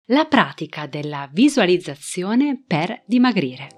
La pratica della visualizzazione per dimagrire.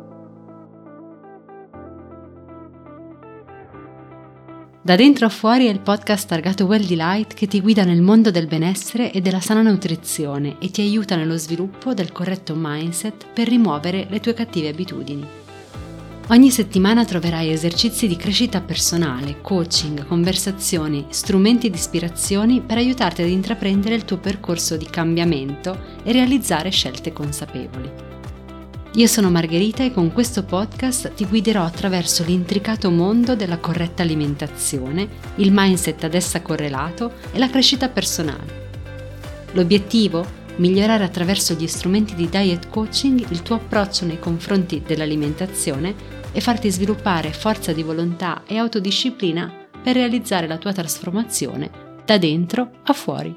Da dentro a fuori è il podcast targato Well Delight che ti guida nel mondo del benessere e della sana nutrizione e ti aiuta nello sviluppo del corretto mindset per rimuovere le tue cattive abitudini. Ogni settimana troverai esercizi di crescita personale, coaching, conversazioni, strumenti di ispirazione per aiutarti ad intraprendere il tuo percorso di cambiamento e realizzare scelte consapevoli. Io sono Margherita e con questo podcast ti guiderò attraverso l'intricato mondo della corretta alimentazione, il mindset ad essa correlato e la crescita personale. L'obiettivo? Migliorare attraverso gli strumenti di diet coaching il tuo approccio nei confronti dell'alimentazione e farti sviluppare forza di volontà e autodisciplina per realizzare la tua trasformazione da dentro a fuori.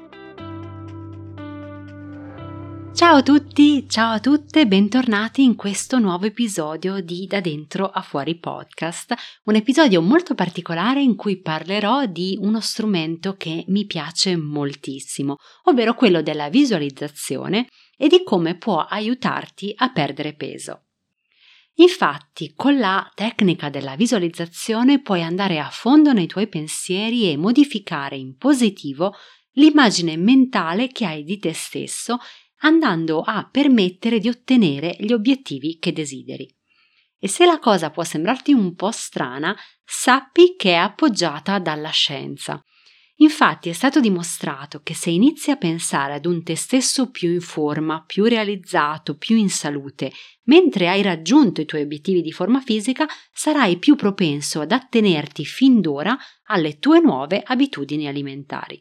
Ciao a tutti, ciao a tutte, bentornati in questo nuovo episodio di Da Dentro a Fuori podcast, un episodio molto particolare in cui parlerò di uno strumento che mi piace moltissimo, ovvero quello della visualizzazione e di come può aiutarti a perdere peso. Infatti, con la tecnica della visualizzazione puoi andare a fondo nei tuoi pensieri e modificare in positivo l'immagine mentale che hai di te stesso, andando a permettere di ottenere gli obiettivi che desideri. E se la cosa può sembrarti un po' strana, sappi che è appoggiata dalla scienza. Infatti è stato dimostrato che se inizi a pensare ad un te stesso più in forma, più realizzato, più in salute, mentre hai raggiunto i tuoi obiettivi di forma fisica, sarai più propenso ad attenerti fin d'ora alle tue nuove abitudini alimentari.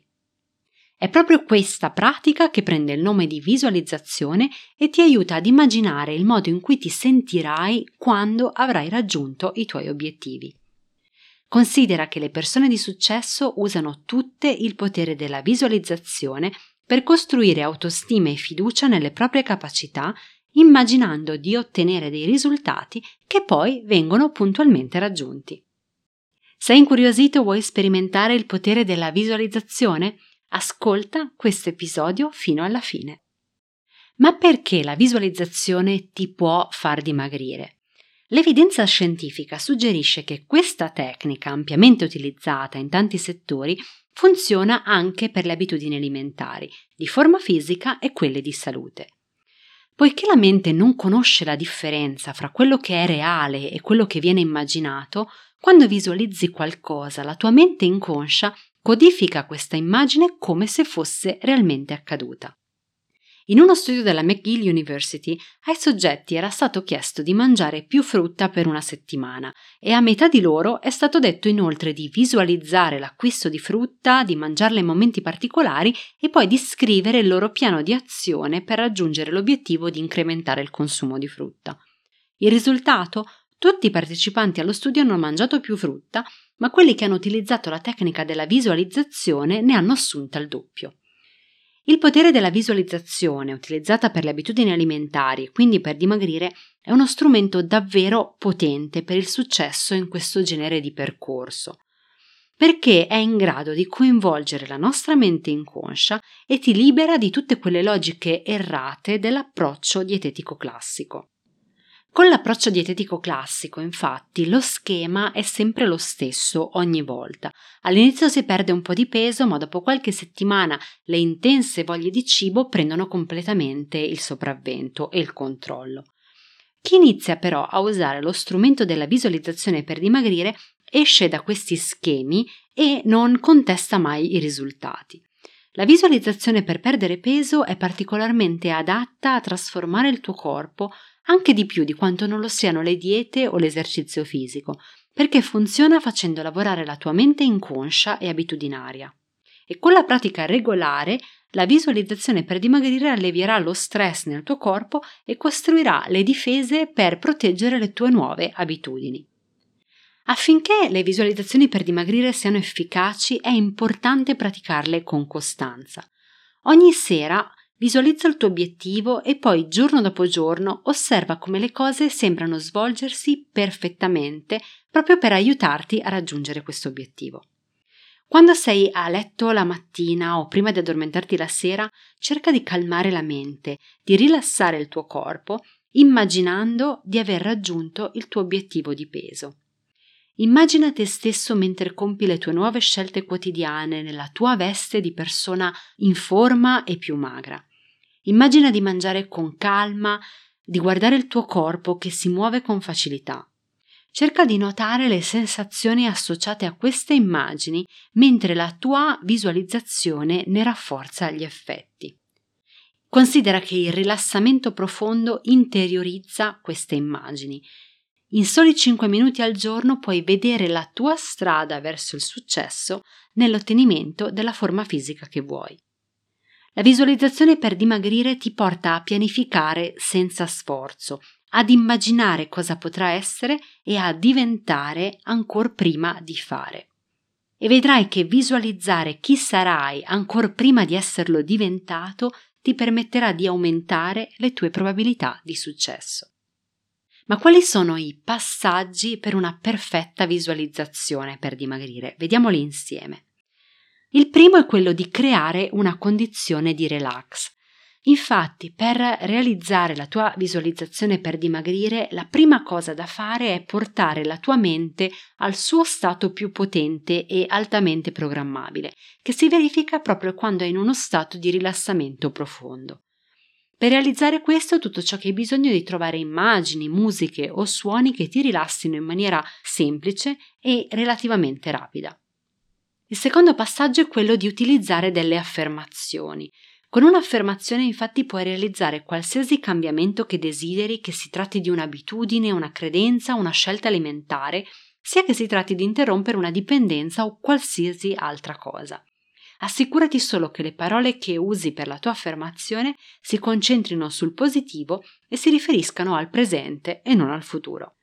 È proprio questa pratica che prende il nome di visualizzazione e ti aiuta ad immaginare il modo in cui ti sentirai quando avrai raggiunto i tuoi obiettivi. Considera che le persone di successo usano tutte il potere della visualizzazione per costruire autostima e fiducia nelle proprie capacità, immaginando di ottenere dei risultati che poi vengono puntualmente raggiunti. Sei incuriosito o vuoi sperimentare il potere della visualizzazione? Ascolta questo episodio fino alla fine. Ma perché la visualizzazione ti può far dimagrire? L'evidenza scientifica suggerisce che questa tecnica, ampiamente utilizzata in tanti settori, funziona anche per le abitudini alimentari, di forma fisica e quelle di salute. Poiché la mente non conosce la differenza fra quello che è reale e quello che viene immaginato, quando visualizzi qualcosa, la tua mente inconscia codifica questa immagine come se fosse realmente accaduta. In uno studio della McGill University ai soggetti era stato chiesto di mangiare più frutta per una settimana e a metà di loro è stato detto inoltre di visualizzare l'acquisto di frutta, di mangiarla in momenti particolari e poi di scrivere il loro piano di azione per raggiungere l'obiettivo di incrementare il consumo di frutta. Il risultato? Tutti i partecipanti allo studio hanno mangiato più frutta, ma quelli che hanno utilizzato la tecnica della visualizzazione ne hanno assunta il doppio. Il potere della visualizzazione, utilizzata per le abitudini alimentari e quindi per dimagrire, è uno strumento davvero potente per il successo in questo genere di percorso, perché è in grado di coinvolgere la nostra mente inconscia e ti libera di tutte quelle logiche errate dell'approccio dietetico classico. Con l'approccio dietetico classico, infatti, lo schema è sempre lo stesso ogni volta. All'inizio si perde un po' di peso, ma dopo qualche settimana le intense voglie di cibo prendono completamente il sopravvento e il controllo. Chi inizia però a usare lo strumento della visualizzazione per dimagrire esce da questi schemi e non contesta mai i risultati. La visualizzazione per perdere peso è particolarmente adatta a trasformare il tuo corpo anche di più di quanto non lo siano le diete o l'esercizio fisico, perché funziona facendo lavorare la tua mente inconscia e abitudinaria. E con la pratica regolare, la visualizzazione per dimagrire allevierà lo stress nel tuo corpo e costruirà le difese per proteggere le tue nuove abitudini. Affinché le visualizzazioni per dimagrire siano efficaci, è importante praticarle con costanza. Ogni sera visualizza il tuo obiettivo e poi giorno dopo giorno osserva come le cose sembrano svolgersi perfettamente proprio per aiutarti a raggiungere questo obiettivo. Quando sei a letto la mattina o prima di addormentarti la sera, cerca di calmare la mente, di rilassare il tuo corpo, immaginando di aver raggiunto il tuo obiettivo di peso. Immagina te stesso mentre compi le tue nuove scelte quotidiane nella tua veste di persona in forma e più magra. Immagina di mangiare con calma, di guardare il tuo corpo che si muove con facilità. Cerca di notare le sensazioni associate a queste immagini mentre la tua visualizzazione ne rafforza gli effetti. Considera che il rilassamento profondo interiorizza queste immagini. In soli 5 minuti al giorno puoi vedere la tua strada verso il successo nell'ottenimento della forma fisica che vuoi. La visualizzazione per dimagrire ti porta a pianificare senza sforzo, ad immaginare cosa potrà essere e a diventare ancor prima di fare. E vedrai che visualizzare chi sarai ancor prima di esserlo diventato ti permetterà di aumentare le tue probabilità di successo. Ma quali sono i passaggi per una perfetta visualizzazione per dimagrire? Vediamoli insieme. Il primo è quello di creare una condizione di relax. Infatti, per realizzare la tua visualizzazione per dimagrire, la prima cosa da fare è portare la tua mente al suo stato più potente e altamente programmabile, che si verifica proprio quando è in uno stato di rilassamento profondo. Per realizzare questo, tutto ciò che hai bisogno è di trovare immagini, musiche o suoni che ti rilassino in maniera semplice e relativamente rapida. Il secondo passaggio è quello di utilizzare delle affermazioni. Con un'affermazione infatti puoi realizzare qualsiasi cambiamento che desideri, che si tratti di un'abitudine, una credenza, una scelta alimentare, sia che si tratti di interrompere una dipendenza o qualsiasi altra cosa. Assicurati solo che le parole che usi per la tua affermazione si concentrino sul positivo e si riferiscano al presente e non al futuro.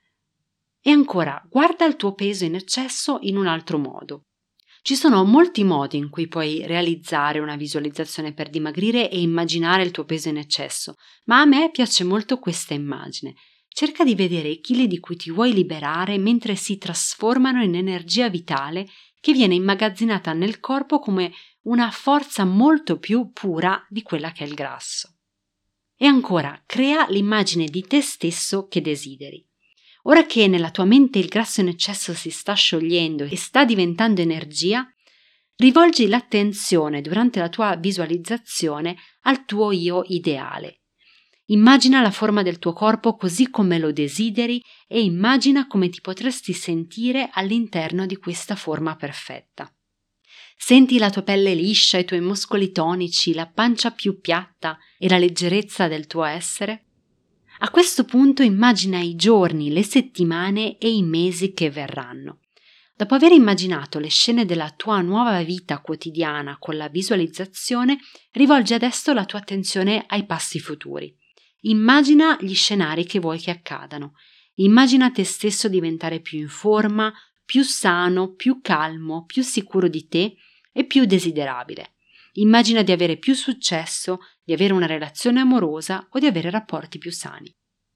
E ancora, guarda il tuo peso in eccesso in un altro modo. Ci sono molti modi in cui puoi realizzare una visualizzazione per dimagrire e immaginare il tuo peso in eccesso, ma a me piace molto questa immagine. Cerca di vedere i chili di cui ti vuoi liberare mentre si trasformano in energia vitale che viene immagazzinata nel corpo come una forza molto più pura di quella che è il grasso. E ancora, crea l'immagine di te stesso che desideri. Ora che nella tua mente il grasso in eccesso si sta sciogliendo e sta diventando energia, rivolgi l'attenzione durante la tua visualizzazione al tuo io ideale. Immagina la forma del tuo corpo così come lo desideri e immagina come ti potresti sentire all'interno di questa forma perfetta. Senti la tua pelle liscia, i tuoi muscoli tonici, la pancia più piatta e la leggerezza del tuo essere? A questo punto immagina i giorni, le settimane e i mesi che verranno. Dopo aver immaginato le scene della tua nuova vita quotidiana con la visualizzazione, rivolgi adesso la tua attenzione ai passi futuri. Immagina gli scenari che vuoi che accadano. Immagina te stesso diventare più in forma, più sano, più calmo, più sicuro di te e più desiderabile. Immagina di avere più successo, di avere una relazione amorosa o di avere rapporti più sani.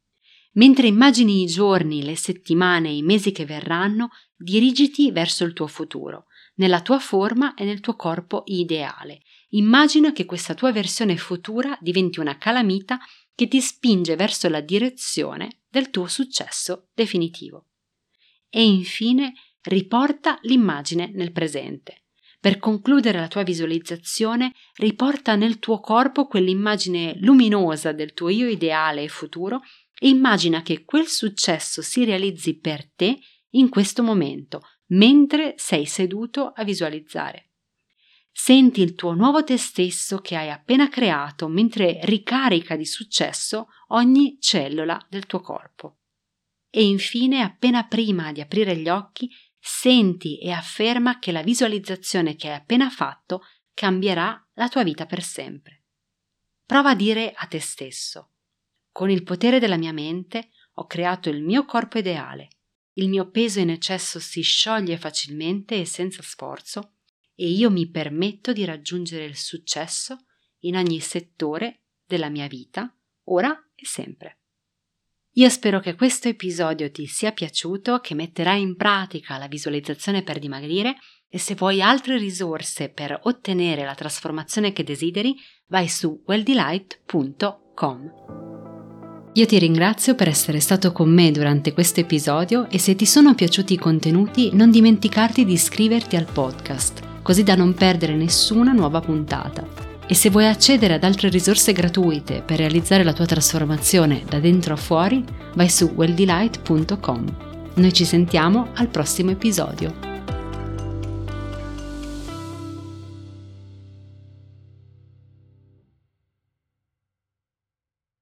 Mentre immagini i giorni, le settimane e i mesi che verranno, dirigiti verso il tuo futuro, nella tua forma e nel tuo corpo ideale. Immagina che questa tua versione futura diventi una calamita che ti spinge verso la direzione del tuo successo definitivo. E infine riporta l'immagine nel presente. Per concludere la tua visualizzazione, riporta nel tuo corpo quell'immagine luminosa del tuo io ideale e futuro e immagina che quel successo si realizzi per te in questo momento, mentre sei seduto a visualizzare. Senti il tuo nuovo te stesso che hai appena creato mentre ricarica di successo ogni cellula del tuo corpo. E infine, appena prima di aprire gli occhi, senti e afferma che la visualizzazione che hai appena fatto cambierà la tua vita per sempre. Prova a dire a te stesso: con il potere della mia mente ho creato il mio corpo ideale, il mio peso in eccesso si scioglie facilmente e senza sforzo e io mi permetto di raggiungere il successo in ogni settore della mia vita, ora e sempre. Io spero che questo episodio ti sia piaciuto, che metterai in pratica la visualizzazione per dimagrire E se vuoi altre risorse per ottenere la trasformazione che desideri, vai su welldelight.com. Io ti ringrazio per essere stato con me durante questo episodio e se ti sono piaciuti i contenuti non dimenticarti di iscriverti al podcast, così da non perdere nessuna nuova puntata. E se vuoi accedere ad altre risorse gratuite per realizzare la tua trasformazione da dentro a fuori, vai su welldelight.com. Noi ci sentiamo al prossimo episodio.